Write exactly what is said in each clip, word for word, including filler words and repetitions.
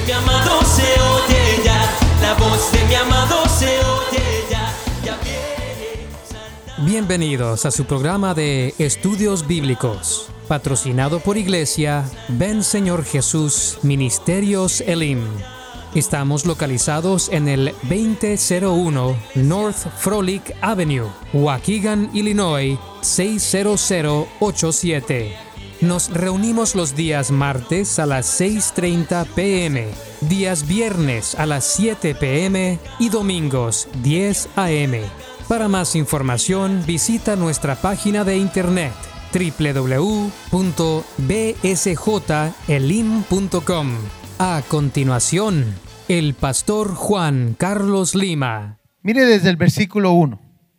mi amado se oye ya, la voz de mi amado se oye ya, ya viene saltando. Bienvenidos a su programa de Estudios Bíblicos, patrocinado por Iglesia Ven Señor Jesús Ministerios Elim. Estamos localizados en el veinte cero uno North Frolic Avenue, Waukegan, Illinois seis cero cero ocho siete. Nos reunimos los días martes a las seis treinta pm, días viernes a las siete pm y domingos diez a m. Para más información visita nuestra página de internet doble u doble u doble u punto b s j elim punto com. A continuación, el pastor Juan Carlos Lima. Mire desde el versículo uno.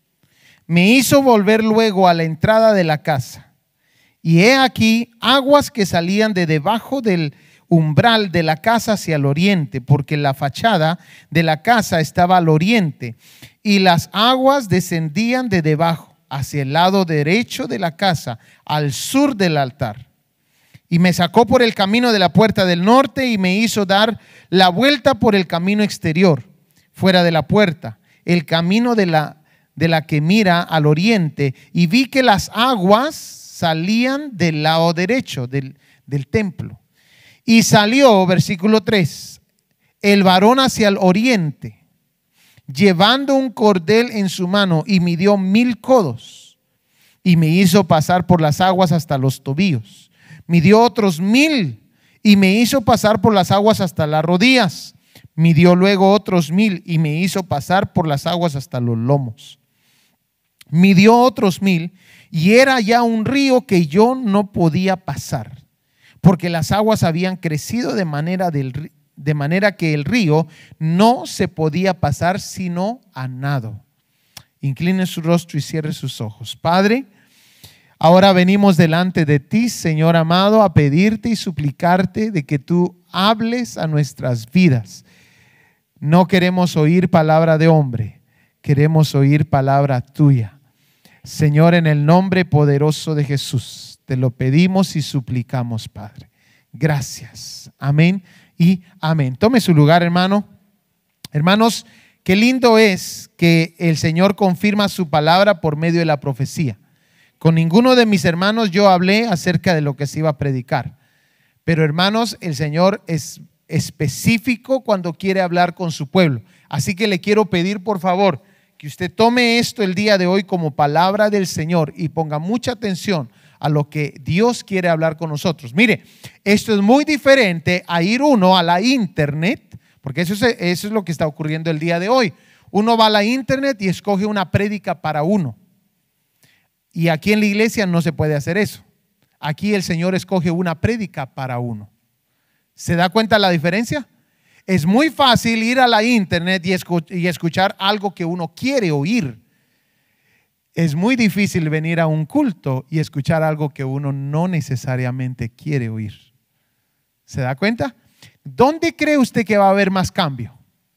Me hizo volver luego a la entrada de la casa, y he aquí aguas que salían de debajo del umbral de la casa hacia el oriente, porque la fachada de la casa estaba al oriente, y las aguas descendían de debajo hacia el lado derecho de la casa, al sur del altar. Y me sacó por el camino de la puerta del norte y me hizo dar la vuelta por el camino exterior, fuera de la puerta, el camino de la, de la que mira al oriente, y vi que las aguas salían del lado derecho del, del templo. Y salió, versículo tres, el varón hacia el oriente, llevando un cordel en su mano, y midió mil codos, y me hizo pasar por las aguas hasta los tobillos. Midió otros mil, y me hizo pasar por las aguas hasta las rodillas. Midió luego otros mil, y me hizo pasar por las aguas hasta los lomos. Midió otros mil, y era ya un río que yo no podía pasar, porque las aguas habían crecido de manera, del, de manera que el río no se podía pasar sino a nado. Incline su rostro y cierre sus ojos. Padre, ahora venimos delante de ti, Señor amado, a pedirte y suplicarte de que tú hables a nuestras vidas. No queremos oír palabra de hombre, queremos oír palabra tuya. Señor, en el nombre poderoso de Jesús, te lo pedimos y suplicamos, Padre. Gracias. Amén y amén. Tome su lugar, hermano. Hermanos, qué lindo es que el Señor confirma su palabra por medio de la profecía. Con ninguno de mis hermanos yo hablé acerca de lo que se iba a predicar. Pero, hermanos, el Señor es específico cuando quiere hablar con su pueblo. Así que le quiero pedir, por favor, que usted tome esto el día de hoy como palabra del Señor y ponga mucha atención a lo que Dios quiere hablar con nosotros. Mire, esto es muy diferente a ir uno a la internet, porque eso es, eso es lo que está ocurriendo el día de hoy. Uno va a la internet y escoge una prédica para uno. Y aquí en la iglesia no se puede hacer eso. Aquí el Señor escoge una prédica para uno. ¿Se da cuenta la diferencia? Es muy fácil ir a la internet y escuchar algo que uno quiere oír. Es muy difícil venir a un culto y escuchar algo que uno no necesariamente quiere oír. ¿Se da cuenta? ¿Dónde cree usted que va a haber más cambio?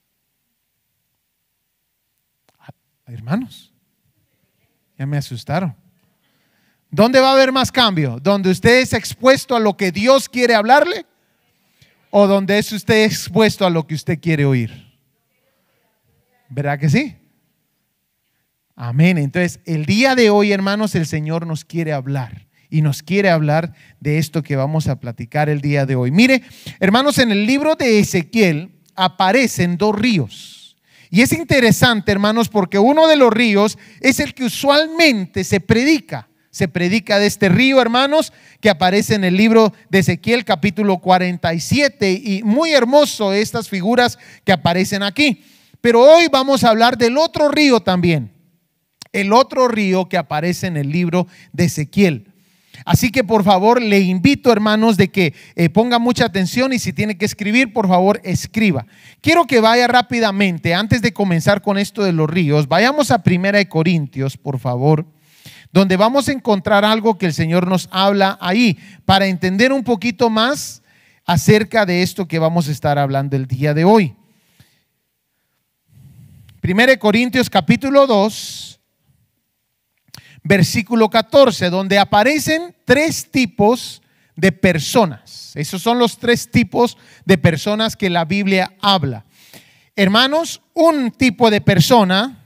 Hermanos, ya me asustaron. ¿Dónde va a haber más cambio? ¿Donde usted es expuesto a lo que Dios quiere hablarle? ¿O donde es usted expuesto a lo que usted quiere oír? ¿Verdad que sí? Amén. Entonces, el día de hoy, hermanos, el Señor nos quiere hablar. Y nos quiere hablar de esto que vamos a platicar el día de hoy. Mire, hermanos, en el libro de Ezequiel aparecen dos ríos. Y es interesante, hermanos, porque uno de los ríos es el que usualmente se predica. Se predica de este río, hermanos, que aparece en el libro de Ezequiel capítulo cuarenta y siete, y muy hermoso estas figuras que aparecen aquí. Pero hoy vamos a hablar del otro río también, el otro río que aparece en el libro de Ezequiel. Así que por favor le invito, hermanos, de que eh, ponga mucha atención, y si tiene que escribir, por favor escriba. Quiero que vaya rápidamente, antes de comenzar con esto de los ríos, vayamos a Primera de Corintios, por favor, donde vamos a encontrar algo que el Señor nos habla ahí, para entender un poquito más acerca de esto que vamos a estar hablando el día de hoy. Primera de Corintios capítulo dos, versículo catorce, donde aparecen tres tipos de personas. Esos son los tres tipos de personas que la Biblia habla. Hermanos, un tipo de persona,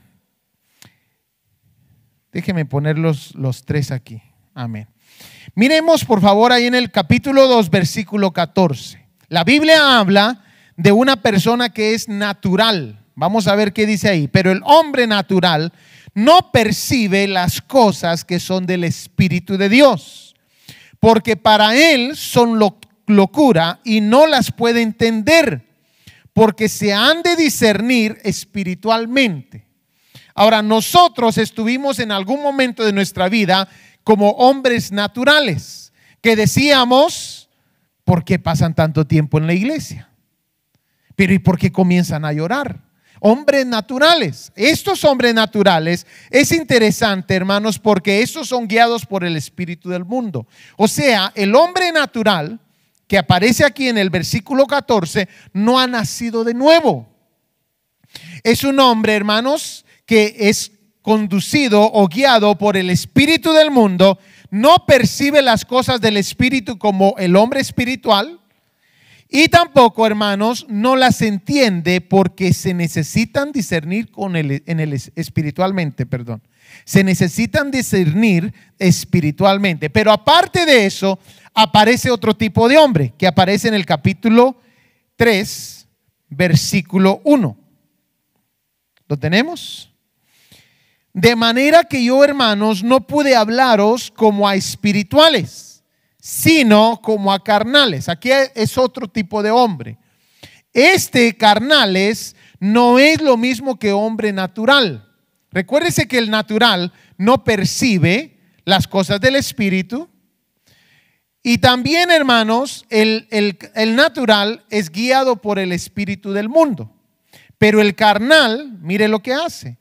déjenme poner los, los tres aquí. Amén. Miremos por favor ahí en el capítulo dos, versículo catorce. La Biblia habla de una persona que es natural. Vamos a ver qué dice ahí. Pero el hombre natural no percibe las cosas que son del Espíritu de Dios, porque para él son lo, locura y no las puede entender, porque se han de discernir espiritualmente. Ahora, nosotros estuvimos en algún momento de nuestra vida como hombres naturales, que decíamos, ¿por qué pasan tanto tiempo en la iglesia? Pero ¿y por qué comienzan a llorar? Hombres naturales. Estos hombres naturales es interesante, hermanos, porque estos son guiados por el espíritu del mundo. O sea, el hombre natural que aparece aquí en el versículo catorce no ha nacido de nuevo. Es un hombre, hermanos, que es conducido o guiado por el espíritu del mundo, no percibe las cosas del espíritu como el hombre espiritual, y tampoco, hermanos, no las entiende porque se necesitan discernir con el, en el espiritualmente, perdón. Se necesitan discernir espiritualmente. Pero aparte de eso, aparece otro tipo de hombre que aparece en el capítulo tres, versículo uno. ¿Lo tenemos? De manera que yo, hermanos, no pude hablaros como a espirituales, sino como a carnales. Aquí es otro tipo de hombre. Este carnales no es lo mismo que hombre natural. Recuérdese que el natural no percibe las cosas del espíritu. Y también, hermanos, el, el, el natural es guiado por el espíritu del mundo. Pero el carnal, mire lo que hace.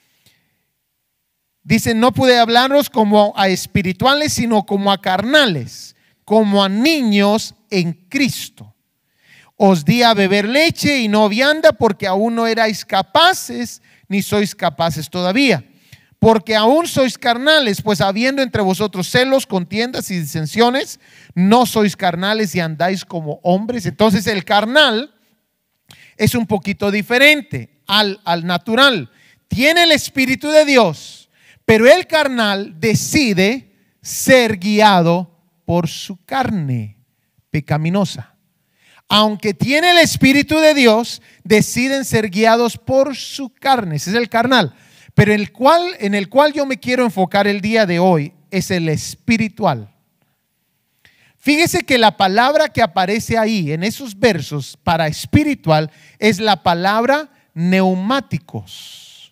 Dice, no pude hablaros como a espirituales, sino como a carnales, como a niños en Cristo. Os di a beber leche y no vianda, porque aún no erais capaces, ni sois capaces todavía. Porque aún sois carnales, pues habiendo entre vosotros celos, contiendas y disensiones, no sois carnales y andáis como hombres. Entonces el carnal es un poquito diferente al, al natural. Tiene el Espíritu de Dios, pero el carnal decide ser guiado por su carne pecaminosa. Aunque tiene el Espíritu de Dios, deciden ser guiados por su carne. Ese es el carnal. Pero el cual, en el cual yo me quiero enfocar el día de hoy es el espiritual. Fíjese que la palabra que aparece ahí en esos versos para espiritual es la palabra neumáticos.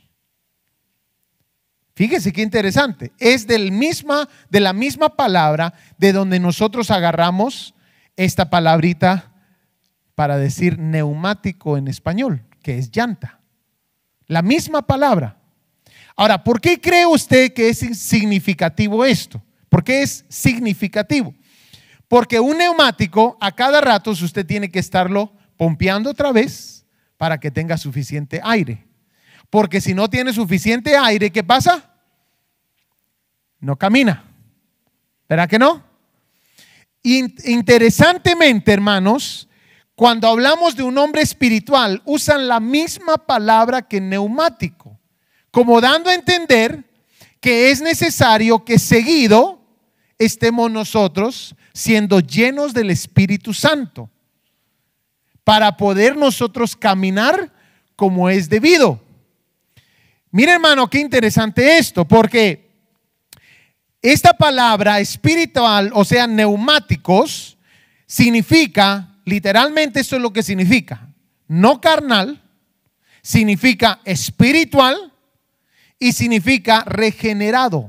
Fíjese qué interesante. Es del misma, de la misma palabra de donde nosotros agarramos esta palabrita para decir neumático en español, que es llanta. La misma palabra. Ahora, ¿por qué cree usted que es significativo esto? ¿Por qué es significativo? Porque un neumático a cada rato usted tiene que estarlo pompeando otra vez para que tenga suficiente aire. Porque si no tiene suficiente aire, ¿qué pasa? No camina. ¿Verdad que no? Interesantemente, hermanos, cuando hablamos de un hombre espiritual, usan la misma palabra que neumático, como dando a entender que es necesario que seguido estemos nosotros siendo llenos del Espíritu Santo para poder nosotros caminar como es debido. Mira, hermano, qué interesante esto, porque esta palabra espiritual, o sea, neumáticos, significa, literalmente esto es lo que significa, no carnal, significa espiritual y significa regenerado.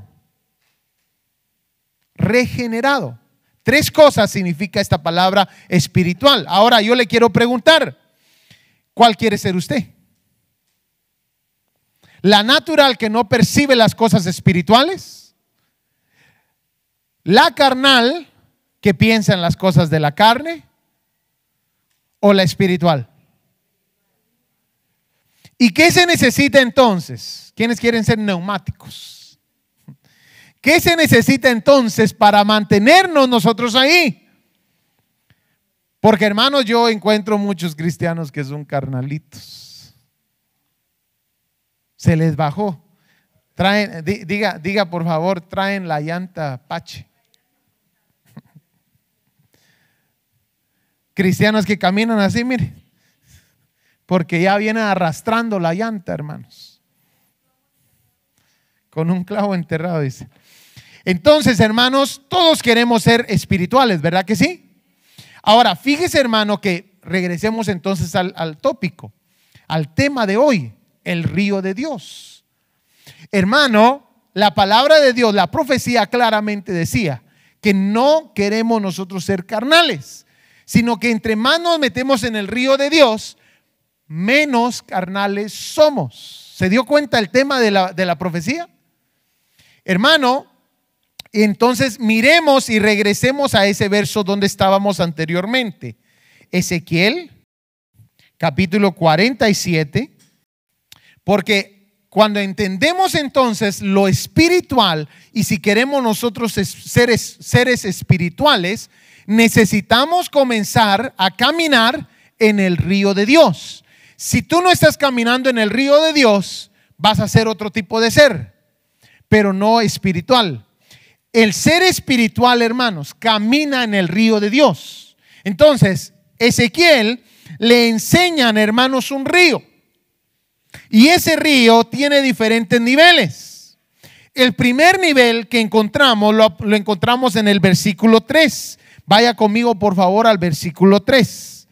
Regenerado. Tres cosas significa esta palabra espiritual. Ahora yo le quiero preguntar, ¿cuál quiere ser usted? ¿La natural que no percibe las cosas espirituales? ¿La carnal que piensa en las cosas de la carne? ¿O la espiritual? ¿Y qué se necesita entonces? ¿Quiénes quieren ser neumáticos? ¿Qué se necesita entonces para mantenernos nosotros ahí? Porque hermanos, yo encuentro muchos cristianos que son carnalitos. Se les bajó. Traen, diga, diga por favor, traen la llanta Apache. Cristianos que caminan así, mire, porque ya vienen arrastrando la llanta, hermanos. Con un clavo enterrado, dice. Entonces, hermanos, todos queremos ser espirituales, ¿verdad que sí? Ahora, fíjese, hermano, que regresemos entonces al, al tópico, al tema de hoy, el río de Dios. Hermano, la palabra de Dios, la profecía claramente decía que no queremos nosotros ser carnales, sino que entre más nos metemos en el río de Dios, menos carnales somos. ¿Se dio cuenta el tema de la, de la profecía? Hermano, entonces miremos y regresemos a ese verso donde estábamos anteriormente. Ezequiel, capítulo cuarenta y siete, porque cuando entendemos entonces lo espiritual y si queremos nosotros seres, seres espirituales, necesitamos comenzar a caminar en el río de Dios. Si tú no estás caminando en el río de Dios, vas a ser otro tipo de ser, pero no espiritual. El ser espiritual, hermanos, camina en el río de Dios. Entonces, Ezequiel le enseñan, hermanos, un río. Y ese río tiene diferentes niveles. El primer nivel que encontramos, lo, lo encontramos en el versículo tres. Vaya conmigo, por favor, al versículo tres.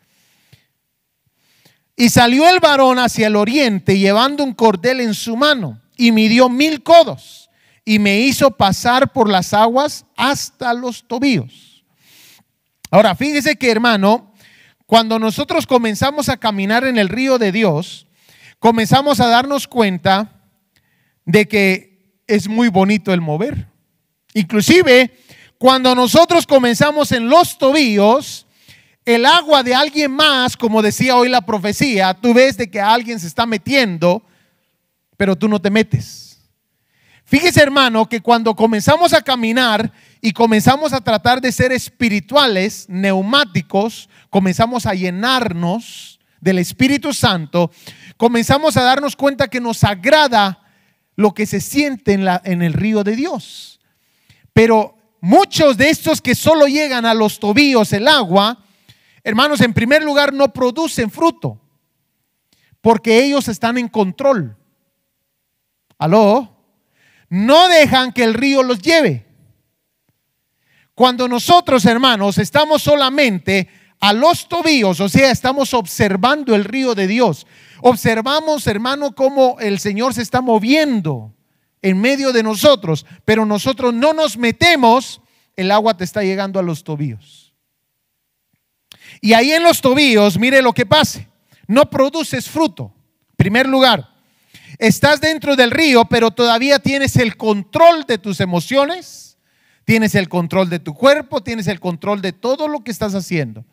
Y salió el varón hacia el oriente, llevando un cordel en su mano, y midió mil codos, y me hizo pasar por las aguas hasta los tobillos. Ahora, fíjese que, hermano, cuando nosotros comenzamos a caminar en el río de Dios, comenzamos a darnos cuenta de que es muy bonito el mover. Inclusive, cuando nosotros comenzamos en los tobillos, el agua de alguien más, como decía hoy la profecía, tú ves de que alguien se está metiendo, pero tú no te metes. Fíjese, hermano, que cuando comenzamos a caminar y comenzamos a tratar de ser espirituales, neumáticos, comenzamos a llenarnos del Espíritu Santo, comenzamos a darnos cuenta que nos agrada lo que se siente en, la, en el río de Dios. Pero muchos de estos que solo llegan a los tobillos el agua, hermanos, en primer lugar no producen fruto, porque ellos están en control. ¿Aló? No dejan que el río los lleve. Cuando nosotros, hermanos, estamos solamente a los tobillos, o sea, estamos observando el río de Dios, observamos, hermano, cómo el Señor se está moviendo en medio de nosotros, pero nosotros no nos metemos, el agua te está llegando a los tobillos. Y ahí en los tobillos, mire lo que pase, no produces fruto. En primer lugar, estás dentro del río, pero todavía tienes el control de tus emociones, tienes el control de tu cuerpo, tienes el control de todo lo que estás haciendo.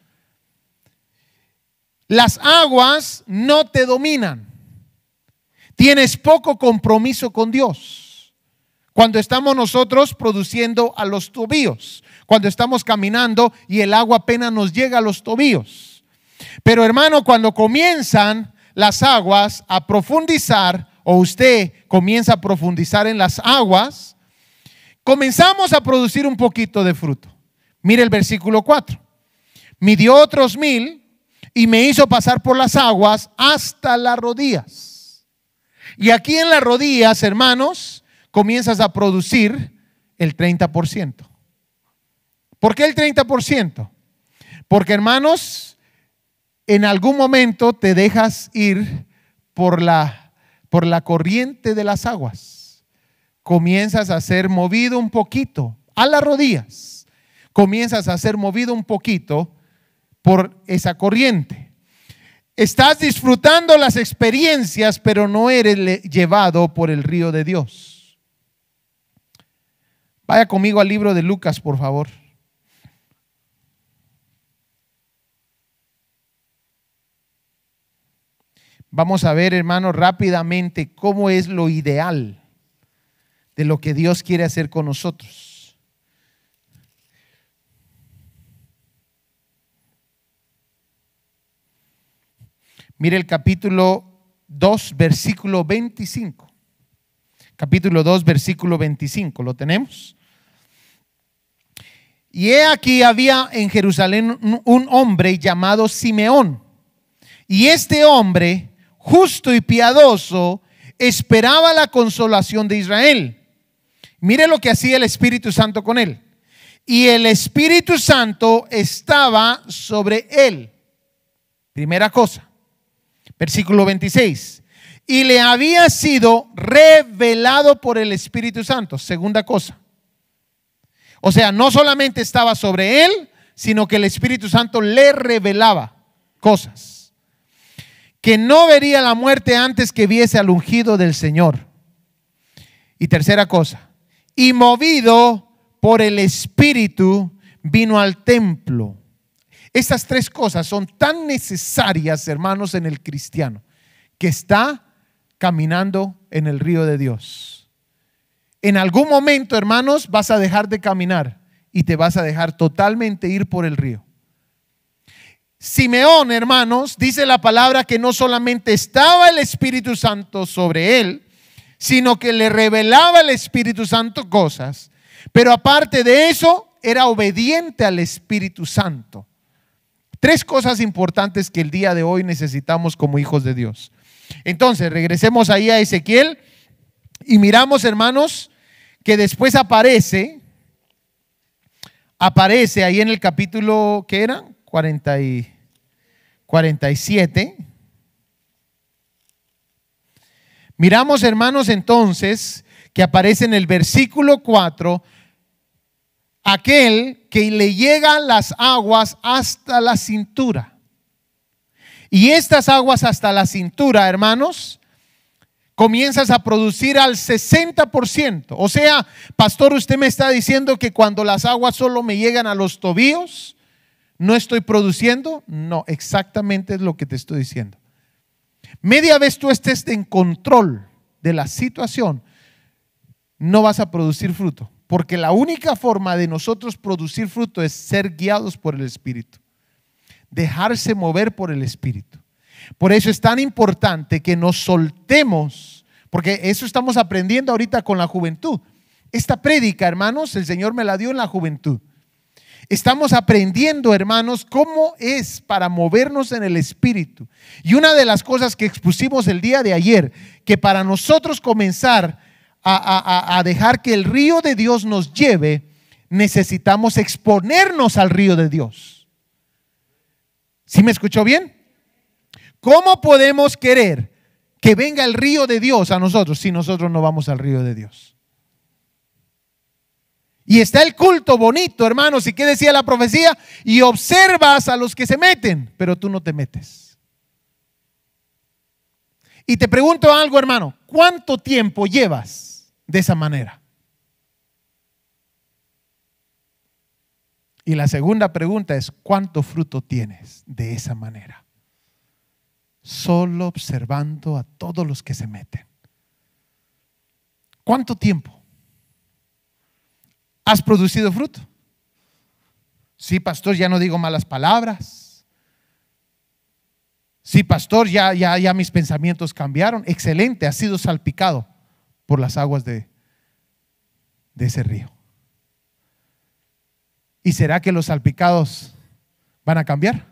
Las aguas no te dominan. Tienes poco compromiso con Dios. Cuando estamos nosotros produciendo a los tobillos, cuando estamos caminando y el agua apenas nos llega a los tobillos. Pero, hermano, cuando comienzan las aguas a profundizar, o usted comienza a profundizar en las aguas, comenzamos a producir un poquito de fruto. Mire el versículo cuatro. Midió otros mil y me hizo pasar por las aguas hasta las rodillas. Y aquí en las rodillas, hermanos, comienzas a producir el treinta por ciento. ¿Por qué el treinta por ciento? Porque, hermanos, en algún momento te dejas ir por la, por la corriente de las aguas. Comienzas a ser movido un poquito a las rodillas. Comienzas a ser movido un poquito por esa corriente. Estás disfrutando las experiencias, pero no eres llevado por el río de Dios. Vaya conmigo al libro de Lucas, por favor. Vamos a ver, hermanos, rápidamente cómo es lo ideal de lo que Dios quiere hacer con nosotros. Mire el capítulo dos, versículo veinticinco. Capítulo dos, versículo veinticinco. ¿Lo tenemos? Y he aquí había en Jerusalén un, un hombre llamado Simeón. Y este hombre, justo y piadoso, esperaba la consolación de Israel. Mire lo que hacía el Espíritu Santo con él. Y el Espíritu Santo estaba sobre él. Primera cosa. Versículo veintiséis. Y le había sido revelado por el Espíritu Santo. Segunda cosa. O sea, no solamente estaba sobre él, sino que el Espíritu Santo le revelaba cosas. Que no vería la muerte antes que viese al ungido del Señor. Y tercera cosa. Y movido por el Espíritu vino al templo. Estas tres cosas son tan necesarias, hermanos, en el cristiano, que está caminando en el río de Dios. En algún momento, hermanos, vas a dejar de caminar y te vas a dejar totalmente ir por el río. Simeón, hermanos, dice la palabra que no solamente estaba el Espíritu Santo sobre él, sino que le revelaba el Espíritu Santo cosas. Pero aparte de eso, era obediente al Espíritu Santo. Tres cosas importantes que el día de hoy necesitamos como hijos de Dios. Entonces, regresemos ahí a Ezequiel y miramos, hermanos, que después aparece, aparece ahí en el capítulo, ¿qué era? cuarenta y, cuarenta y siete. Miramos, hermanos, entonces, que aparece en el versículo cuatro, aquel que le llegan las aguas hasta la cintura. Y estas aguas hasta la cintura, hermanos, comienzas a producir al sesenta por ciento. O sea, pastor, usted me está diciendo que cuando las aguas solo me llegan a los tobillos, ¿no estoy produciendo? No, exactamente es lo que te estoy diciendo. Media vez tú estés en control de la situación, no vas a producir fruto. Porque la única forma de nosotros producir fruto es ser guiados por el Espíritu. Dejarse mover por el Espíritu. Por eso es tan importante que nos soltemos, porque eso estamos aprendiendo ahorita con la juventud. Esta prédica, hermanos, el Señor me la dio en la juventud. Estamos aprendiendo, hermanos, cómo es para movernos en el Espíritu. Y una de las cosas que expusimos el día de ayer, que para nosotros comenzar a, a, a dejar que el río de Dios nos lleve, necesitamos exponernos al río de Dios. ¿Sí me escuchó bien? ¿Cómo podemos querer que venga el río de Dios a nosotros si nosotros no vamos al río de Dios? Y está el culto bonito, hermanos. ¿Y qué decía la profecía? Y observas a los que se meten, pero tú no te metes. Y te pregunto algo, hermano. ¿Cuánto tiempo llevas de esa manera? Y la segunda pregunta es: ¿cuánto fruto tienes de esa manera? Solo observando a todos los que se meten. ¿Cuánto tiempo has producido fruto? Sí, pastor, ya no digo malas palabras. Sí, pastor, ya, ya, ya mis pensamientos cambiaron. Excelente, has sido salpicado por las aguas de, de ese río. ¿Y será que los salpicados van a cambiar?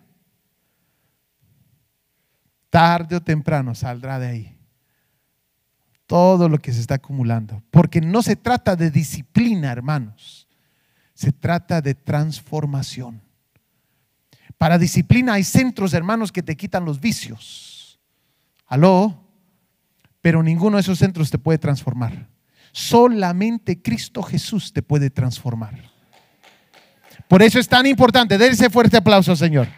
Tarde o temprano saldrá de ahí todo lo que se está acumulando. Porque no se trata de disciplina, hermanos. Se trata de transformación. Para disciplina hay centros, hermanos, que te quitan los vicios. ¿Aló? Pero ninguno de esos centros te puede transformar. Solamente Cristo Jesús te puede transformar. Por eso es tan importante. Denle ese fuerte aplauso, Señor.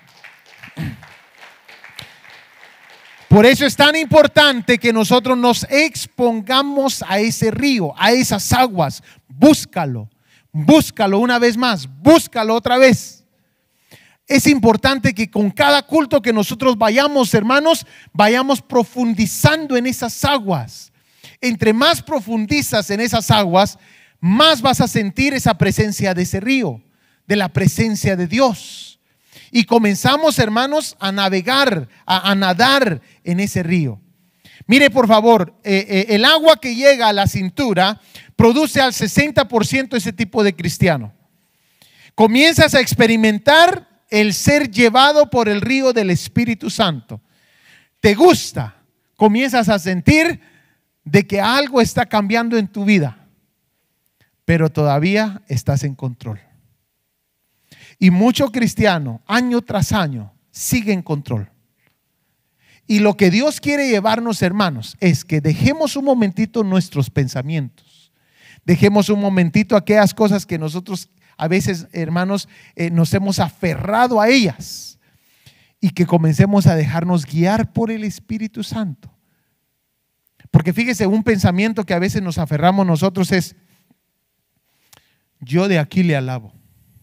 Por eso es tan importante que nosotros nos expongamos a ese río, a esas aguas. Búscalo, búscalo una vez más, búscalo otra vez. Es importante que con cada culto que nosotros vayamos, hermanos, vayamos profundizando en esas aguas. Entre más profundizas en esas aguas, más vas a sentir esa presencia de ese río, de la presencia de Dios. Y comenzamos, hermanos, a navegar, a, a nadar en ese río. Mire, por favor, eh, eh, el agua que llega a la cintura produce al sesenta por ciento ese tipo de cristiano. Comienzas a experimentar el ser llevado por el río del Espíritu Santo. Te gusta, comienzas a sentir de que algo está cambiando en tu vida, pero todavía estás en control. Y mucho cristiano, año tras año, sigue en control. Y lo que Dios quiere llevarnos, hermanos, es que dejemos un momentito nuestros pensamientos. Dejemos un momentito aquellas cosas que nosotros a veces, hermanos, eh, nos hemos aferrado a ellas. Y que comencemos a dejarnos guiar por el Espíritu Santo. Porque fíjese, un pensamiento que a veces nos aferramos nosotros es: yo de aquí le alabo.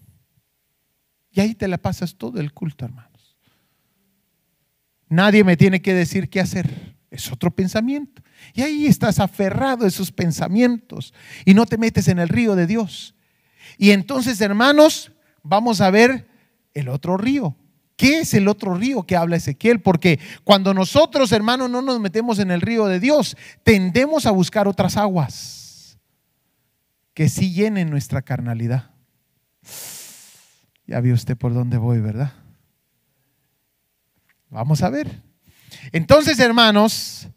Y ahí te la pasas todo el culto, hermanos. Nadie me tiene que decir qué hacer. Es otro pensamiento. Y ahí estás aferrado a esos pensamientos y no te metes en el río de Dios. Y entonces, hermanos, vamos a ver el otro río. ¿Qué es el otro río que habla Ezequiel? Porque cuando nosotros, hermanos, no nos metemos en el río de Dios, tendemos a buscar otras aguas que sí llenen nuestra carnalidad. Ya vio usted por dónde voy, ¿verdad? Vamos a ver. Entonces, hermanos,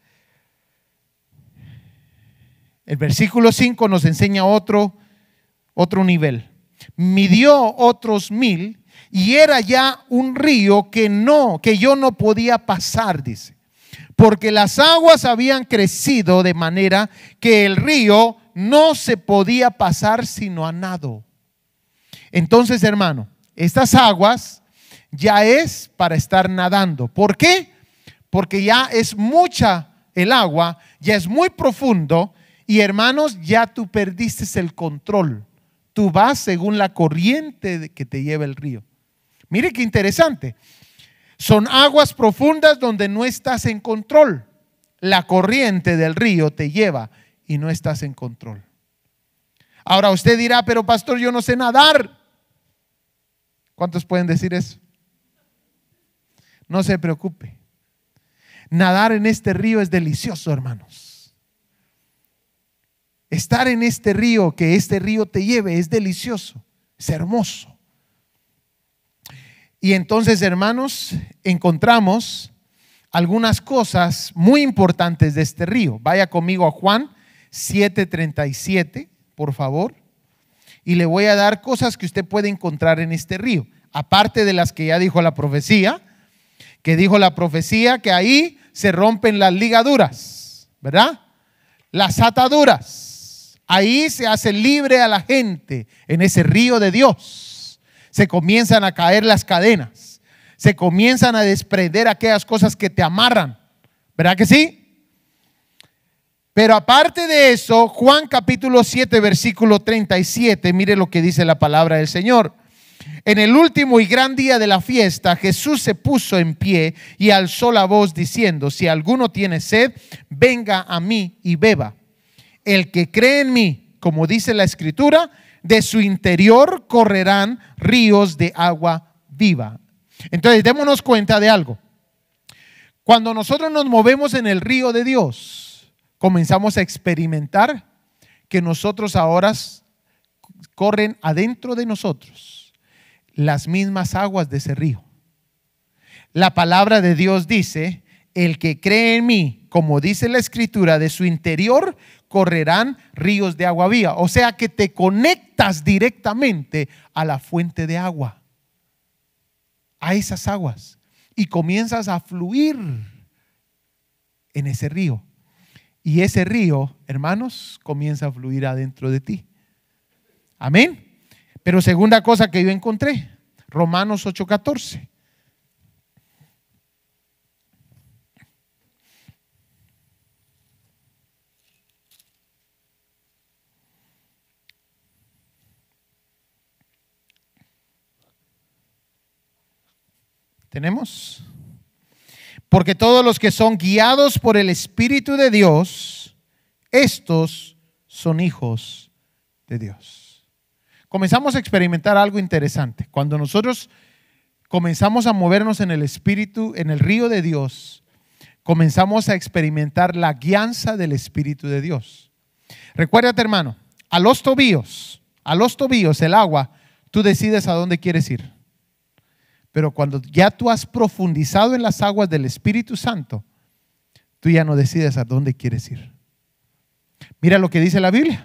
el versículo cinco nos enseña otro, otro nivel. Midió otros mil y era ya un río que no, que yo no podía pasar, dice, porque las aguas habían crecido de manera que el río no se podía pasar sino a nado. Entonces, hermano, estas aguas ya es para estar nadando. ¿Por qué? Porque ya es mucha el agua, ya es muy profundo y, hermanos, ya tú perdiste el control. Tú vas según la corriente que te lleva el río. Mire qué interesante. Son aguas profundas donde no estás en control. La corriente del río te lleva y no estás en control. Ahora usted dirá: pero pastor, yo no sé nadar. ¿Cuántos pueden decir eso? No se preocupe. Nadar en este río es delicioso, hermanos. Estar en este río, que este río te lleve, es delicioso, es hermoso. Y entonces, hermanos, encontramos algunas cosas muy importantes de este río. Vaya conmigo a Juan siete treinta y siete, por favor. Y le voy a dar cosas que usted puede encontrar en este río. Aparte de las que ya dijo la profecía, que dijo la profecía que ahí se rompen las ligaduras, ¿verdad? Las ataduras. Ahí se hace libre a la gente en ese río de Dios. Se comienzan a caer las cadenas. Se comienzan a desprender aquellas cosas que te amarran. ¿Verdad que sí? Pero aparte de eso, Juan capítulo siete, versículo treinta y siete, mire lo que dice la palabra del Señor. En el último y gran día de la fiesta, Jesús se puso en pie y alzó la voz diciendo: si alguno tiene sed, venga a mí y beba. El que cree en mí, como dice la Escritura, de su interior correrán ríos de agua viva. Entonces, démonos cuenta de algo. Cuando nosotros nos movemos en el río de Dios, comenzamos a experimentar que nosotros ahora corren adentro de nosotros las mismas aguas de ese río. La palabra de Dios dice: el que cree en mí, como dice la Escritura, de su interior correrán ríos de agua viva. O sea que te conectas directamente a la fuente de agua, a esas aguas, y comienzas a fluir en ese río. Y ese río, hermanos, comienza a fluir adentro de ti. Amén. Pero segunda cosa que yo encontré, Romanos ocho catorce. ¿Tenemos? Porque todos los que son guiados por el Espíritu de Dios, estos son hijos de Dios. Comenzamos a experimentar algo interesante. Cuando nosotros comenzamos a movernos en el Espíritu, en el río de Dios, comenzamos a experimentar la guianza del Espíritu de Dios. Recuérdate, hermano, a los tobillos, a los tobillos, el agua, tú decides a dónde quieres ir. Pero cuando ya tú has profundizado en las aguas del Espíritu Santo, tú ya no decides a dónde quieres ir. Mira lo que dice la Biblia.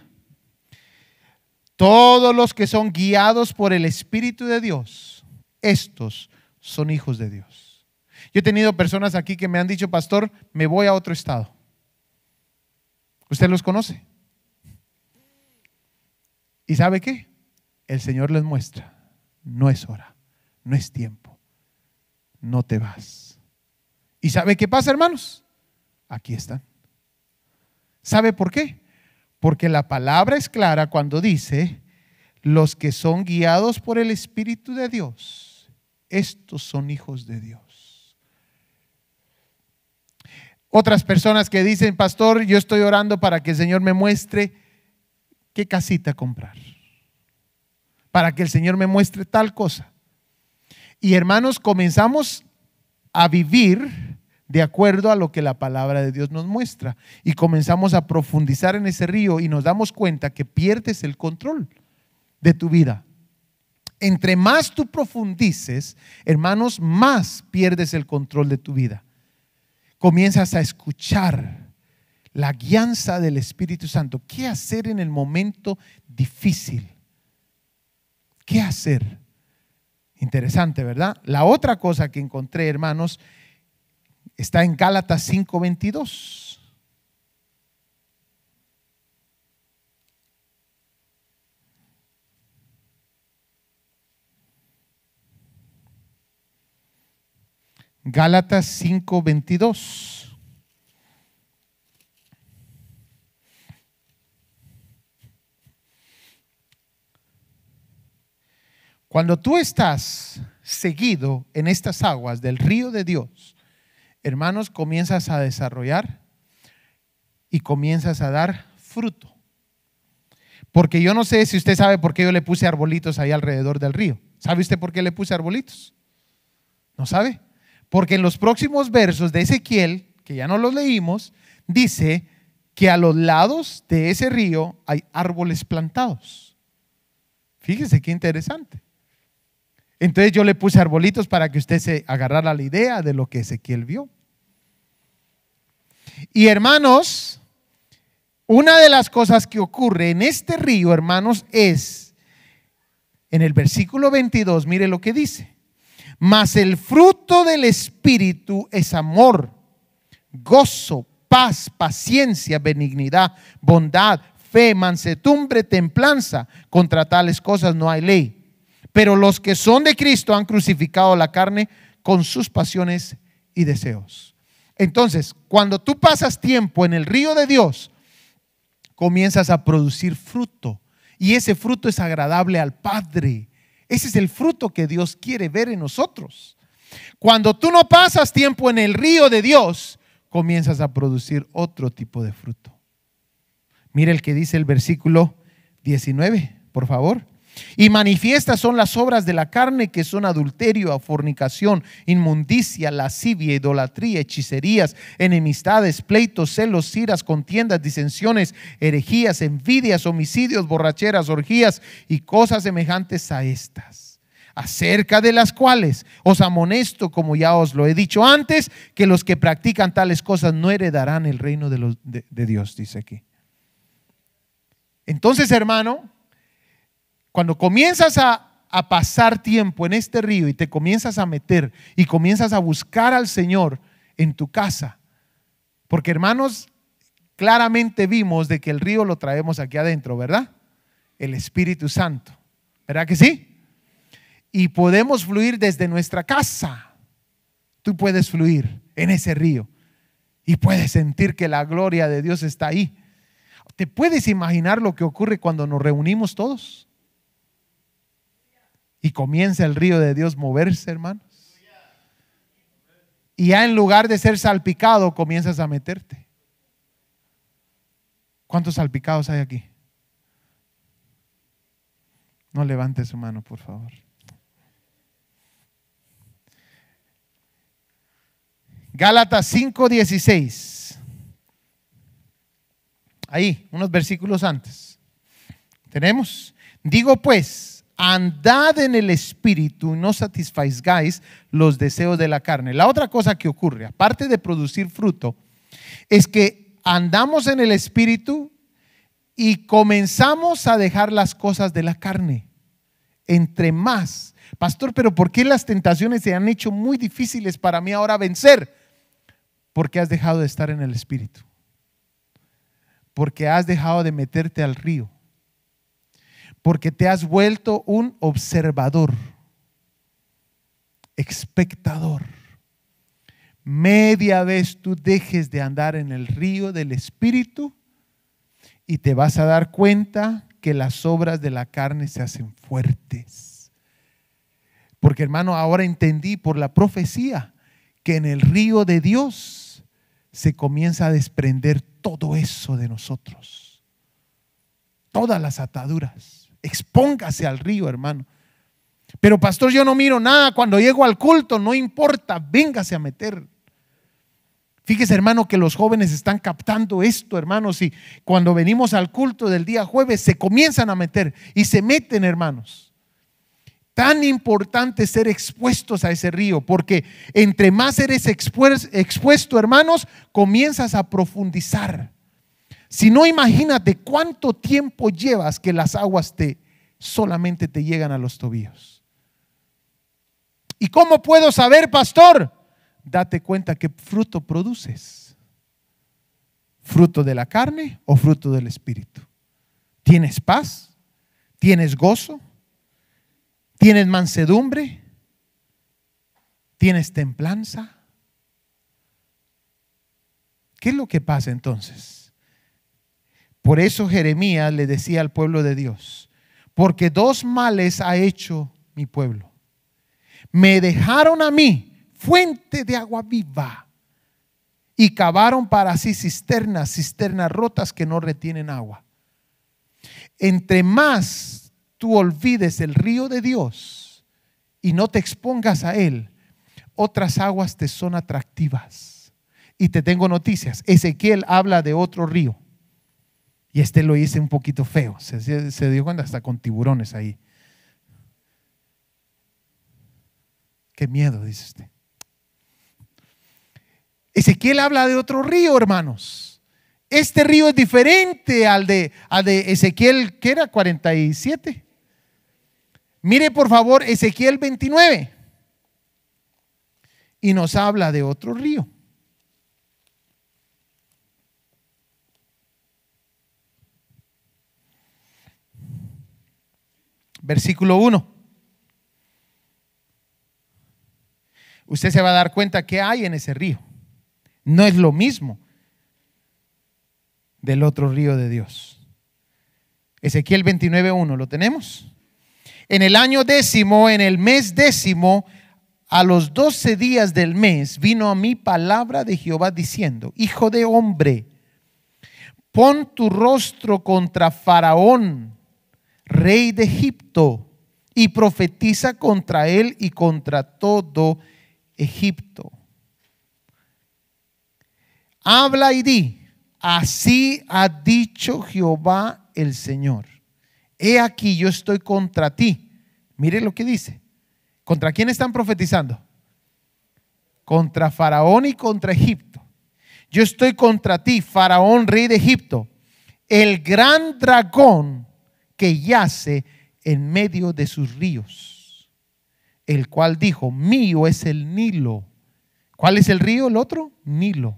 Todos los que son guiados por el Espíritu de Dios, estos son hijos de Dios. Yo he tenido personas aquí que me han dicho: pastor, me voy a otro estado. ¿Usted los conoce? ¿Y sabe qué? El Señor les muestra: no es hora, no es tiempo, no te vas. ¿Y sabe qué pasa, hermanos? Aquí están. ¿Sabe por qué? Porque la palabra es clara cuando dice: los que son guiados por el Espíritu de Dios, estos son hijos de Dios. Otras personas que dicen: pastor, yo estoy orando para que el Señor me muestre qué casita comprar, para que el Señor me muestre tal cosa. Y hermanos, comenzamos a vivir de acuerdo a lo que la palabra de Dios nos muestra, y comenzamos a profundizar en ese río y nos damos cuenta que pierdes el control de tu vida. Entre más tú profundices, hermanos, más pierdes el control de tu vida. Comienzas a escuchar la guianza del Espíritu Santo. ¿Qué hacer en el momento difícil? ¿Qué hacer? Interesante, ¿verdad? La otra cosa que encontré, hermanos, está en Gálatas cinco veintidós. Gálatas cinco veintidós. Cuando tú estás seguido en estas aguas del río de Dios, hermanos, comienzas a desarrollar y comienzas a dar fruto. Porque yo no sé si usted sabe por qué yo le puse arbolitos ahí alrededor del río. ¿Sabe usted por qué le puse arbolitos? ¿No sabe? Porque en los próximos versos de Ezequiel, que ya no los leímos, dice que a los lados de ese río hay árboles plantados. Fíjese qué interesante. Entonces yo le puse arbolitos para que usted se agarrara la idea de lo que Ezequiel vio. Y hermanos, una de las cosas que ocurre en este río, hermanos, es en el versículo veintidós, mire lo que dice: mas el fruto del Espíritu es amor, gozo, paz, paciencia, benignidad, bondad, fe, mansedumbre, templanza. Contra tales cosas no hay ley. Pero los que son de Cristo han crucificado la carne con sus pasiones y deseos. Entonces, cuando tú pasas tiempo en el río de Dios, comienzas a producir fruto, y ese fruto es agradable al Padre. Ese es el fruto que Dios quiere ver en nosotros. Cuando tú no pasas tiempo en el río de Dios, comienzas a producir otro tipo de fruto. Mire el que dice el versículo diecinueve, por favor. Y manifiestas son las obras de la carne, que son adulterio, fornicación, inmundicia, lascivia, idolatría, hechicerías, enemistades, pleitos, celos, iras, contiendas, disensiones, herejías, envidias, homicidios, borracheras, orgías y cosas semejantes a estas, acerca de las cuales os amonesto, como ya os lo he dicho antes, que los que practican tales cosas no heredarán el reino de, los, de, de Dios, dice aquí. Entonces, hermano, cuando comienzas a, a pasar tiempo en este río y te comienzas a meter y comienzas a buscar al Señor en tu casa, porque hermanos, claramente vimos de que el río lo traemos aquí adentro, ¿verdad? El Espíritu Santo, ¿verdad que sí? Y podemos fluir desde nuestra casa. Tú puedes fluir en ese río y puedes sentir que la gloria de Dios está ahí. ¿Te puedes imaginar lo que ocurre cuando nos reunimos todos? Y comienza el río de Dios moverse, hermanos. Y ya en lugar de ser salpicado, comienzas a meterte. ¿Cuántos salpicados hay aquí? No levante su mano, por favor. Gálatas cinco dieciséis. Ahí, unos versículos antes. Tenemos. Digo pues, andad en el Espíritu y no satisfagáis los deseos de la carne. La otra cosa que ocurre, aparte de producir fruto, es que andamos en el Espíritu y comenzamos a dejar las cosas de la carne. Entre más, pastor, pero ¿por qué las tentaciones se han hecho muy difíciles para mí ahora vencer? Porque has dejado de estar en el Espíritu. Porque has dejado de meterte al río. Porque te has vuelto un observador, espectador. Media vez tú dejes de andar en el río del Espíritu y te vas a dar cuenta que las obras de la carne se hacen fuertes. Porque, hermano, ahora entendí por la profecía que en el río de Dios se comienza a desprender todo eso de nosotros. Todas las ataduras. Expóngase al río, hermano. Pero pastor, yo no miro nada cuando llego al culto. No importa, véngase a meter. Fíjese, hermano, que los jóvenes están captando esto, hermanos, y cuando venimos al culto del día jueves se comienzan a meter y se meten, hermanos. Tan importante ser expuestos a ese río, porque entre más eres expuesto, hermanos, comienzas a profundizar. Si no, imagínate cuánto tiempo llevas que las aguas te solamente te llegan a los tobillos. ¿Y cómo puedo saber, pastor? Date cuenta qué fruto produces. ¿Fruto de la carne o fruto del Espíritu? ¿Tienes paz? ¿Tienes gozo? ¿Tienes mansedumbre? ¿Tienes templanza? ¿Qué es lo que pasa entonces? Por eso Jeremías le decía al pueblo de Dios: porque dos males ha hecho mi pueblo. Me dejaron a mí fuente de agua viva y cavaron para sí cisternas, cisternas rotas que no retienen agua. Entre más tú olvides el río de Dios y no te expongas a él, otras aguas te son atractivas. Y te tengo noticias. Ezequiel habla de otro río. Y este lo hice un poquito feo. Se, se dio cuenta, hasta con tiburones ahí. Qué miedo, dice usted. Ezequiel habla de otro río, hermanos. Este río es diferente al de, al de Ezequiel, ¿qué era? cuarenta y siete. Mire por favor Ezequiel veintinueve. Y nos habla de otro río. Versículo uno. Usted se va a dar cuenta que hay en ese río. No es lo mismo del otro río de Dios. Ezequiel veintinueve uno, ¿lo tenemos? En el año décimo, en el mes décimo, a los doce días del mes, vino a mí palabra de Jehová diciendo: hijo de hombre, pon tu rostro contra Faraón, rey de Egipto, y profetiza contra él y contra todo Egipto. Habla y di: así ha dicho Jehová el Señor. He aquí yo estoy contra ti. Mire lo que dice. ¿Contra quién están profetizando? Contra Faraón y contra Egipto. Yo estoy contra ti, Faraón, rey de Egipto, el gran dragón que yace en medio de sus ríos, el cual dijo: mío es el Nilo. ¿Cuál es el río? El otro, Nilo.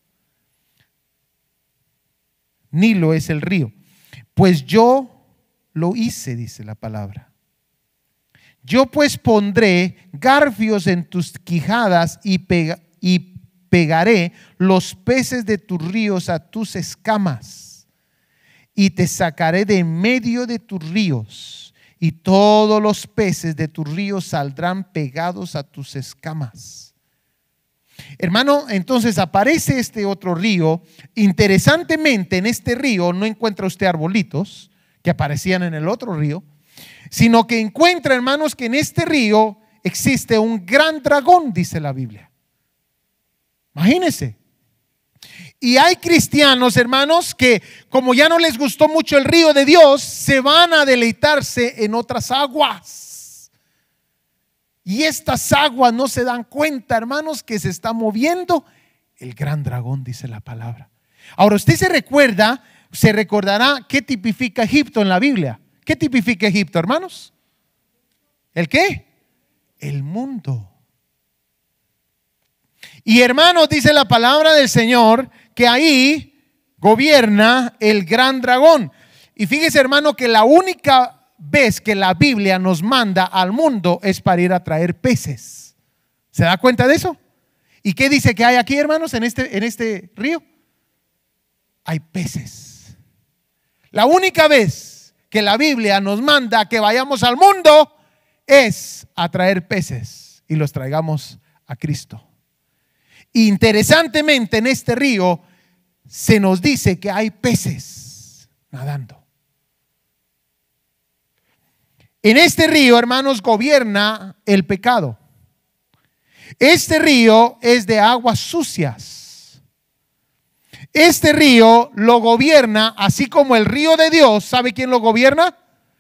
Nilo es el río. Pues yo lo hice, dice la palabra. Yo pues pondré garfios en tus quijadas y, pega, y pegaré los peces de tus ríos a tus escamas, y te sacaré de en medio de tus ríos, y todos los peces de tus ríos saldrán pegados a tus escamas. Hermano, entonces aparece este otro río. Interesantemente, en este río no encuentra usted arbolitos que aparecían en el otro río, sino que encuentra, hermanos, que en este río existe un gran dragón, dice la Biblia. Imagínense. Y hay cristianos, hermanos, que como ya no les gustó mucho el río de Dios, se van a deleitarse en otras aguas. Y estas aguas no se dan cuenta, hermanos, que se está moviendo el gran dragón, dice la palabra. Ahora, usted se recuerda, se recordará qué tipifica Egipto en la Biblia. ¿Qué tipifica Egipto, hermanos? ¿El qué? El mundo. Y hermanos, dice la palabra del Señor que ahí gobierna el gran dragón. Y fíjese, hermano, que la única vez que la Biblia nos manda al mundo es para ir a traer peces. ¿Se da cuenta de eso? ¿Y qué dice que hay aquí, hermanos, en este, en este río? Hay peces. La única vez que la Biblia nos manda que vayamos al mundo es a traer peces y los traigamos a Cristo. Interesantemente, en este río se nos dice que hay peces nadando. En este río, hermanos, gobierna el pecado. Este río es de aguas sucias. Este río lo gobierna, así como el río de Dios. ¿Sabe quién lo gobierna?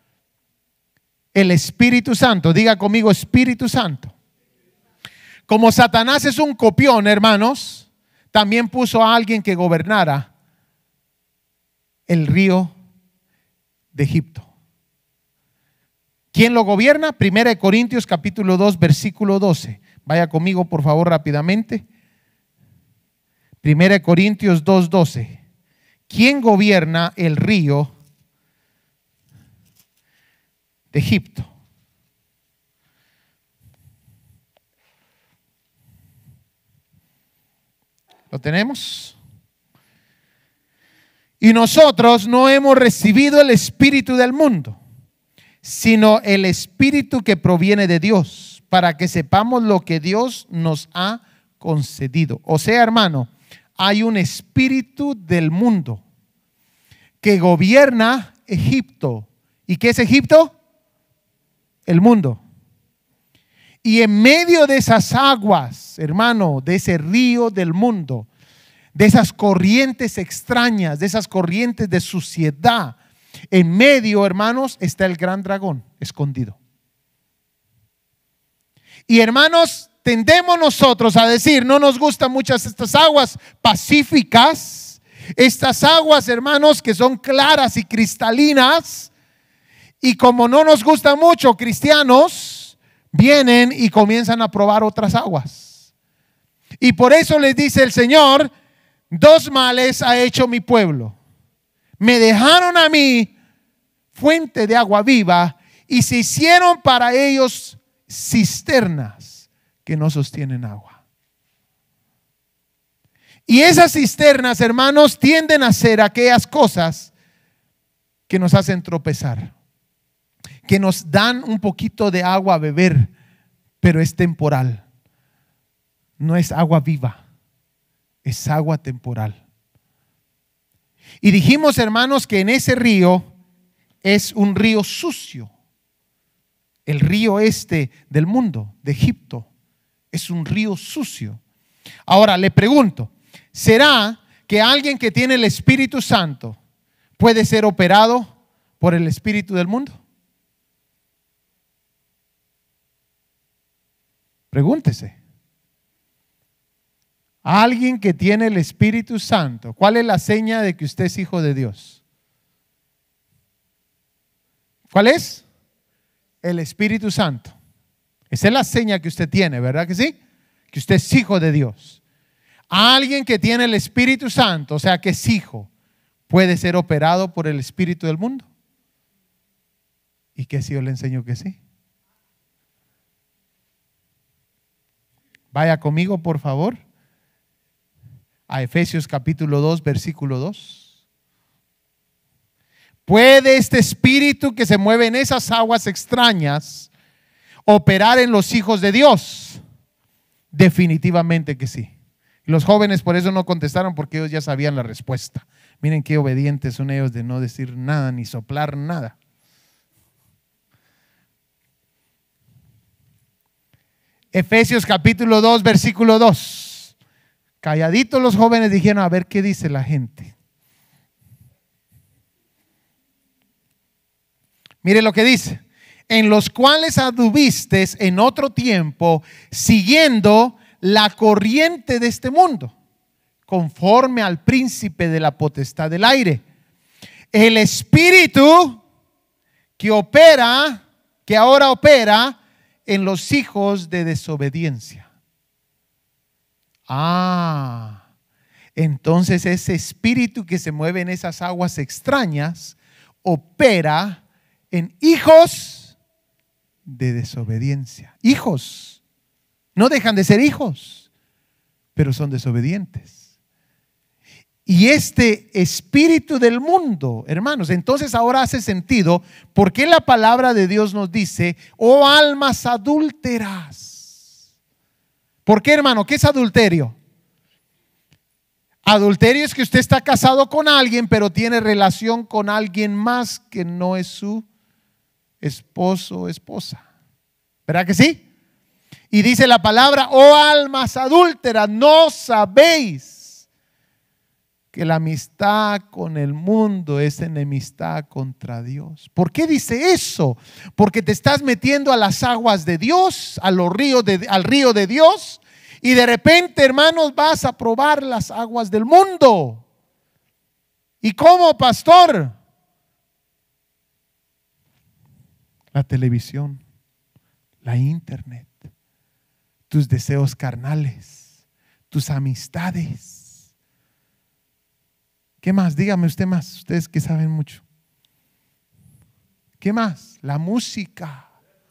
El Espíritu Santo. Diga conmigo, Espíritu Santo. Como Satanás es un copión, hermanos, también puso a alguien que gobernara el río de Egipto. ¿Quién lo gobierna? Primera de Corintios capítulo dos, versículo doce. Vaya conmigo, por favor, rápidamente. Primera de Corintios dos, doce. ¿Quién gobierna el río de Egipto? ¿Lo tenemos? Y nosotros no hemos recibido el espíritu del mundo, sino el espíritu que proviene de Dios, para que sepamos lo que Dios nos ha concedido. O sea, hermano, hay un espíritu del mundo que gobierna Egipto. ¿Y qué es Egipto? El mundo. Y en medio de esas aguas, hermano, de ese río del mundo, de esas corrientes extrañas, de esas corrientes de suciedad, en medio, hermanos, está el gran dragón escondido. Y hermanos, tendemos nosotros a decir, no nos gustan muchas estas aguas pacíficas, estas aguas, hermanos, que son claras y cristalinas, y como no nos gustan mucho, cristianos vienen y comienzan a probar otras aguas. Y por eso les dice el Señor, dos males ha hecho mi pueblo. Me dejaron a mí fuente de agua viva y se hicieron para ellos cisternas que no sostienen agua. Y esas cisternas, hermanos, tienden a ser aquellas cosas que nos hacen tropezar, que nos dan un poquito de agua a beber, pero es temporal. No es agua viva, es agua temporal. Y dijimos, hermanos, que en ese río es un río sucio. El río este del mundo, de Egipto, es un río sucio. Ahora le pregunto, ¿será que alguien que tiene el Espíritu Santo puede ser operado por el espíritu del mundo? Pregúntese. Alguien que tiene el Espíritu Santo, ¿cuál es la seña de que usted es hijo de Dios? ¿Cuál es? El Espíritu Santo. Esa es la seña que usted tiene, ¿verdad que sí? Que usted es hijo de Dios. Alguien que tiene el Espíritu Santo, o sea que es hijo, ¿puede ser operado por el espíritu del mundo? ¿Y qué si yo le enseño que sí? Vaya conmigo, por favor, a Efesios capítulo dos, versículo dos. ¿Puede este espíritu que se mueve en esas aguas extrañas operar en los hijos de Dios? Definitivamente que sí. Los jóvenes por eso no contestaron, porque ellos ya sabían la respuesta. Miren qué obedientes son ellos de no decir nada ni soplar nada. Efesios capítulo dos, versículo dos. Calladitos los jóvenes dijeron, a ver qué dice la gente. Mire lo que dice: en los cuales anduviste en otro tiempo, siguiendo la corriente de este mundo, conforme al príncipe de la potestad del aire, el espíritu que opera, que ahora opera en los hijos de desobediencia. Ah, entonces ese espíritu que se mueve en esas aguas extrañas opera en hijos de desobediencia. Hijos, no dejan de ser hijos, pero son desobedientes. Y este espíritu del mundo, hermanos, entonces ahora hace sentido por qué la palabra de Dios nos dice, oh almas adúlteras. ¿Por qué, hermano? ¿Qué es adulterio? Adulterio es que usted está casado con alguien, pero tiene relación con alguien más que no es su esposo o esposa. ¿Verdad que sí? Y dice la palabra, oh almas adúlteras, ¿no sabéis que la amistad con el mundo es enemistad contra Dios? ¿Por qué dice eso? Porque te estás metiendo a las aguas de Dios, a los ríos de, al río de Dios, y de repente, hermanos, vas a probar las aguas del mundo. ¿Y cómo, pastor? La televisión, la internet, tus deseos carnales, tus amistades. ¿Qué más? Dígame usted más, ustedes que saben mucho. ¿Qué más? La música.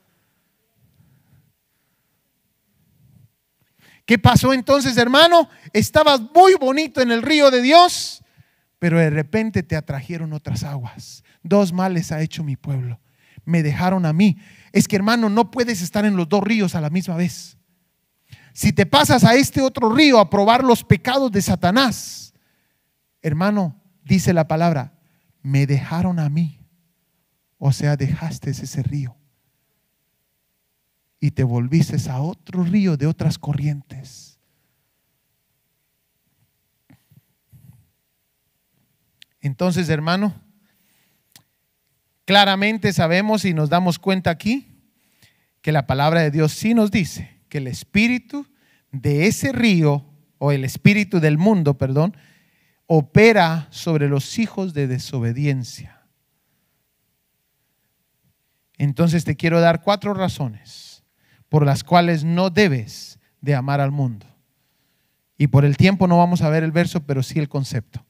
¿Qué pasó entonces, hermano? Estabas muy bonito en el río de Dios, pero de repente te atrajeron otras aguas. Dos males ha hecho mi pueblo. Me dejaron a mí. Es que, hermano, no puedes estar en los dos ríos a la misma vez. Si te pasas a este otro río a probar los pecados de Satanás, hermano, dice la palabra, me dejaron a mí. O sea, dejaste ese río y te volviste a otro río de otras corrientes. Entonces, hermano, claramente sabemos y nos damos cuenta aquí que la palabra de Dios sí nos dice que el espíritu de ese río, o el espíritu del mundo, perdón, opera sobre los hijos de desobediencia. Entonces te quiero dar cuatro razones por las cuales no debes de amar al mundo. Y por el tiempo no vamos a ver el verso, pero sí el concepto.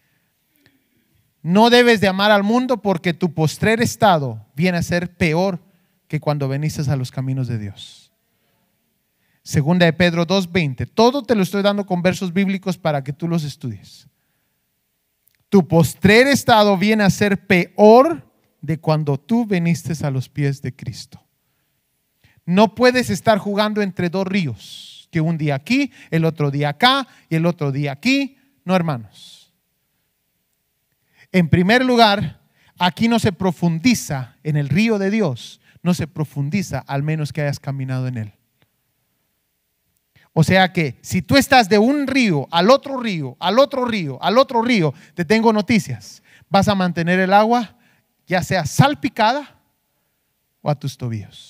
No debes de amar al mundo porque tu postrer estado viene a ser peor que cuando veniste a los caminos de Dios. Segunda de Pedro dos veinte. Todo te lo estoy dando con versos bíblicos para que tú los estudies. Tu postrer estado viene a ser peor de cuando tú viniste a los pies de Cristo. No puedes estar jugando entre dos ríos, que un día aquí, el otro día acá y el otro día aquí. No, hermanos. En primer lugar, aquí no se profundiza en el río de Dios, no se profundiza al menos que hayas caminado en él. O sea que si tú estás de un río al otro río, al otro río, al otro río, te tengo noticias. Vas a mantener el agua ya sea salpicada o a tus tobillos.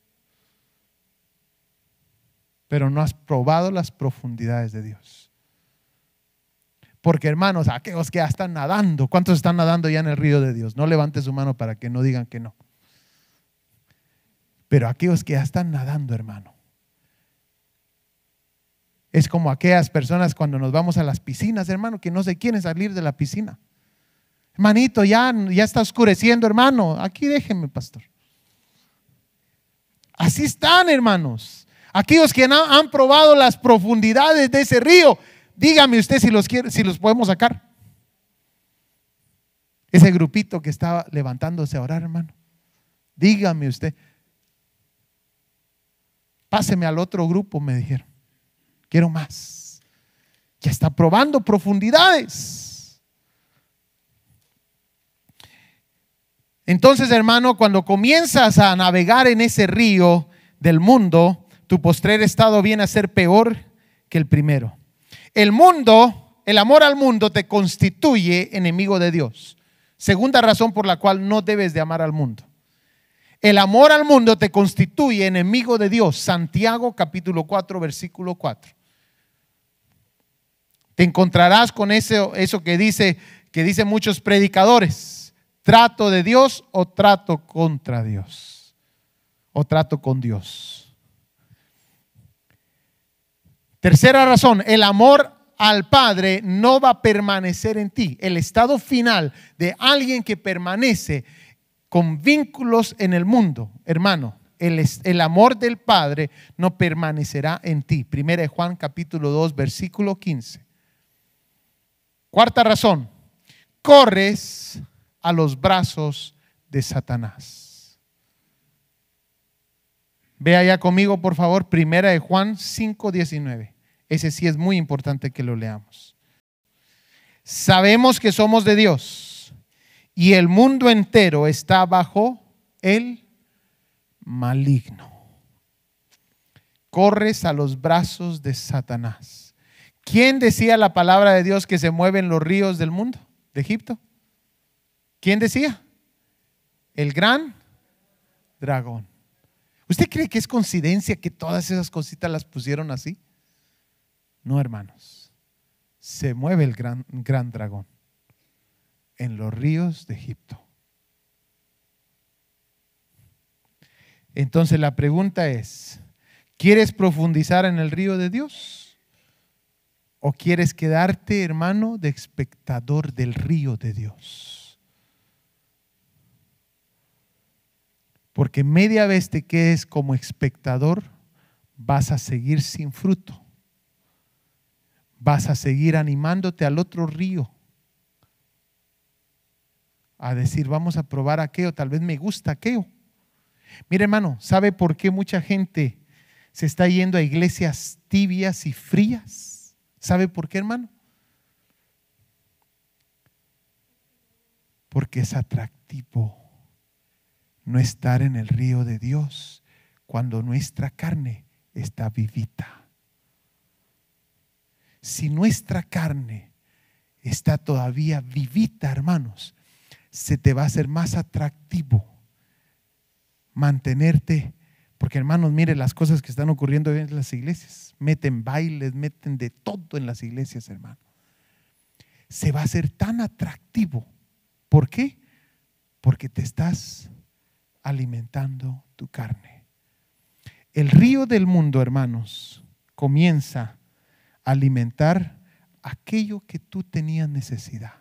Pero no has probado las profundidades de Dios. Porque, hermanos, aquellos que ya están nadando, ¿cuántos están nadando ya en el río de Dios? No levante su mano para que no digan que no. Pero aquellos que ya están nadando, hermano, es como aquellas personas cuando nos vamos a las piscinas, hermano, que no se quieren salir de la piscina. Hermanito, ya, ya está oscureciendo, hermano. Aquí déjenme, pastor. Así están, hermanos. Aquellos que no han probado las profundidades de ese río, dígame usted si los quiere, si los podemos sacar. Ese grupito que estaba levantándose a orar, hermano, dígame usted. Páseme al otro grupo, me dijeron. Quiero más. Ya está probando profundidades. Entonces, hermano, cuando comienzas a navegar en ese río del mundo, tu postrer estado viene a ser peor que el primero. El mundo, el amor al mundo te constituye enemigo de Dios. Segunda razón por la cual no debes de amar al mundo. El amor al mundo te constituye enemigo de Dios. Santiago capítulo cuatro, versículo cuatro. Te encontrarás con eso, eso que dice, que dicen muchos predicadores. ¿Trato de Dios o trato contra Dios? O trato con Dios. Tercera razón, el amor al Padre no va a permanecer en ti. El estado final de alguien que permanece con vínculos en el mundo, hermano, el, el amor del Padre no permanecerá en ti. Primera de Juan capítulo dos, versículo quince. Cuarta razón, corres a los brazos de Satanás. Ve allá conmigo, por favor, Primera de Juan cinco, diecinueve. Ese sí es muy importante que lo leamos. Sabemos que somos de Dios y el mundo entero está bajo el maligno. Corres a los brazos de Satanás. ¿Quién decía la palabra de Dios que se mueven los ríos del mundo? ¿De Egipto? ¿Quién decía? El gran dragón. ¿Usted cree que es coincidencia que todas esas cositas las pusieron así? No, hermanos. Se mueve el gran, gran dragón en los ríos de Egipto. Entonces la pregunta es, ¿quieres profundizar en el río de Dios? ¿O quieres quedarte, hermano, de espectador del río de Dios? Porque media vez te quedes como espectador, vas a seguir sin fruto. Vas a seguir animándote al otro río. A decir, vamos a probar aquello, tal vez me gusta aquello. Mire, hermano, ¿sabe por qué mucha gente se está yendo a iglesias tibias y frías? ¿Sabe por qué, hermano? Porque es atractivo no estar en el río de Dios cuando nuestra carne está vivita. Si nuestra carne está todavía vivita, hermanos, se te va a hacer más atractivo mantenerte. Porque, hermanos, mire las cosas que están ocurriendo en las iglesias. Meten bailes, meten de todo en las iglesias, hermano. Se va a hacer tan atractivo. ¿Por qué? Porque te estás alimentando tu carne. El río del mundo, hermanos, comienza a alimentar aquello que tú tenías necesidad.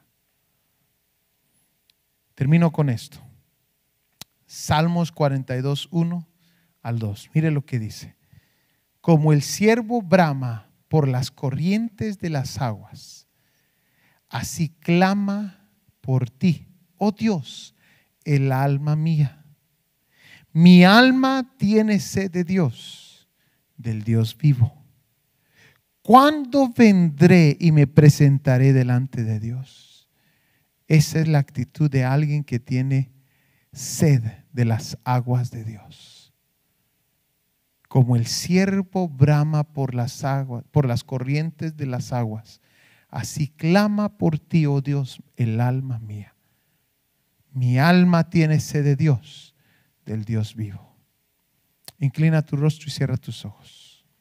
Termino con esto. Salmos cuarenta y dos, uno al dos. Mire lo que dice. Como el ciervo brama por las corrientes de las aguas, así clama por ti, oh Dios, el alma mía. Mi alma tiene sed de Dios, del Dios vivo. ¿Cuándo vendré y me presentaré delante de Dios? Esa es la actitud de alguien que tiene sed de las aguas de Dios. Como el ciervo brama por las aguas, por las corrientes de las aguas, así clama por ti, oh Dios, el alma mía. Mi alma tiene sed de Dios, del Dios vivo. Inclina tu rostro y cierra tus ojos.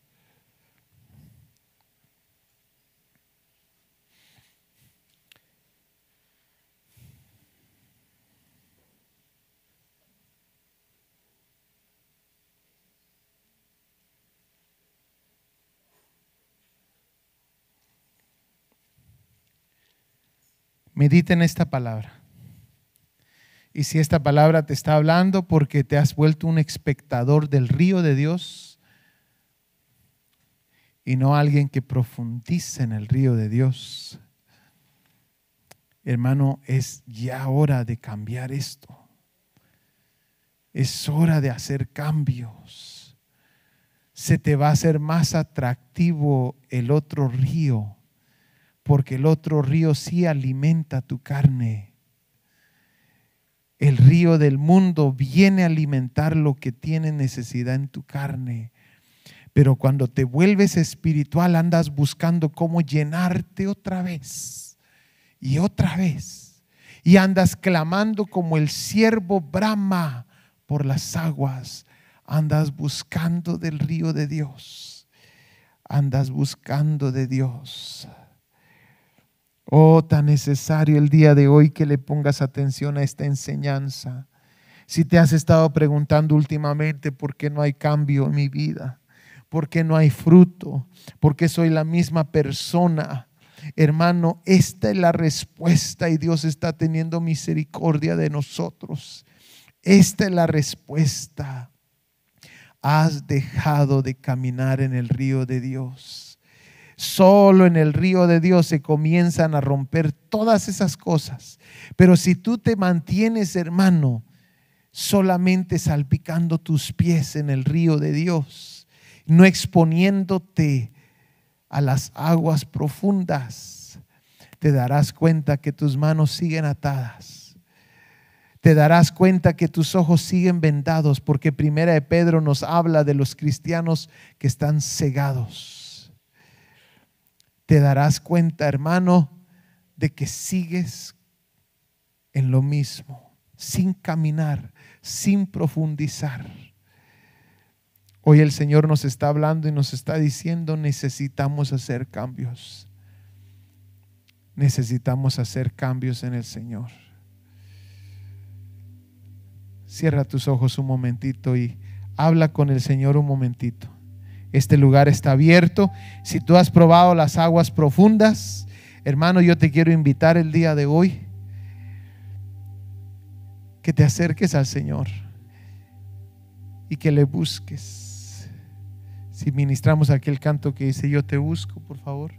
Medita en esta palabra. Y si esta palabra te está hablando porque te has vuelto un espectador del río de Dios y no alguien que profundice en el río de Dios, hermano, es ya hora de cambiar esto. Es hora de hacer cambios. Se te va a hacer más atractivo el otro río, porque el otro río sí alimenta tu carne. El río del mundo viene a alimentar lo que tiene necesidad en tu carne. Pero cuando te vuelves espiritual, andas buscando cómo llenarte otra vez y otra vez. Y andas clamando como el siervo brama por las aguas. Andas buscando del río de Dios. Andas buscando de Dios. Oh, tan necesario el día de hoy que le pongas atención a esta enseñanza. Si te has estado preguntando últimamente por qué no hay cambio en mi vida, por qué no hay fruto, por qué soy la misma persona, hermano, esta es la respuesta y Dios está teniendo misericordia de nosotros. Esta es la respuesta. Has dejado de caminar en el río de Dios. Solo en el río de Dios se comienzan a romper todas esas cosas. Pero si tú te mantienes, hermano, solamente salpicando tus pies en el río de Dios, no exponiéndote a las aguas profundas, te darás cuenta que tus manos siguen atadas. Te darás cuenta que tus ojos siguen vendados, porque Primera de Pedro nos habla de los cristianos que están cegados. Te darás cuenta, hermano, de que sigues en lo mismo, sin caminar, sin profundizar. Hoy el Señor nos está hablando y nos está diciendo: necesitamos hacer cambios. Necesitamos hacer cambios en el Señor. Cierra tus ojos un momentito y habla con el Señor un momentito. Este lugar está abierto. Si tú has probado las aguas profundas, hermano, yo te quiero invitar el día de hoy que te acerques al Señor y que le busques. Si ministramos aquel canto que dice: yo te busco, por favor.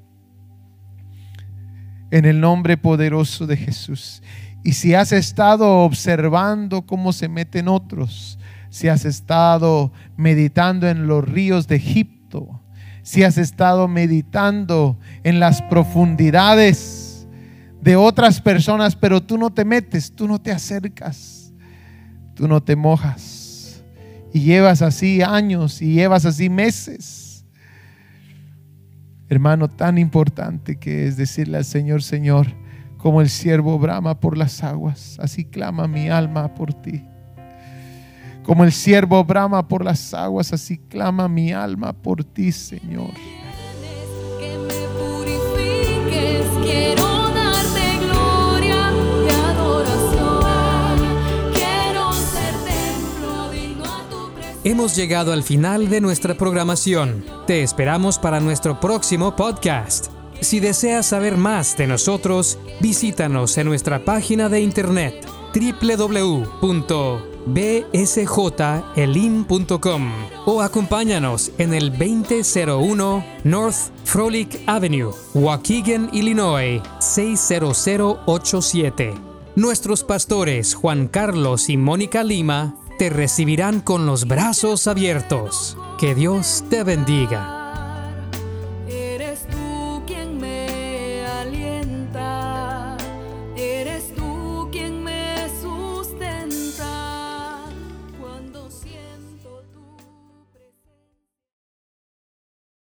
En el nombre poderoso de Jesús. Y si has estado observando cómo se meten otros, si has estado meditando en los ríos de Egipto, si has estado meditando en las profundidades de otras personas, pero tú no te metes, tú no te acercas, tú no te mojas, y llevas así años y llevas así meses, hermano, tan importante que es decirle al Señor: Señor, como el siervo brama por las aguas, así clama mi alma por ti. Como el siervo brama por las aguas, así clama mi alma por ti, Señor. Que me purifiques, quiero darte gloria y adoración. Quiero ser templo digno a tu presencia. Hemos llegado al final de nuestra programación. Te esperamos para nuestro próximo podcast. Si deseas saber más de nosotros, visítanos en nuestra página de internet doble u doble u doble u punto b s j elim punto com o acompáñanos en el veinte cero uno North Frolic Avenue, Waukegan, Illinois seis cero cero ocho siete. Nuestros pastores Juan Carlos y Mónica Lima te recibirán con los brazos abiertos. Que Dios te bendiga.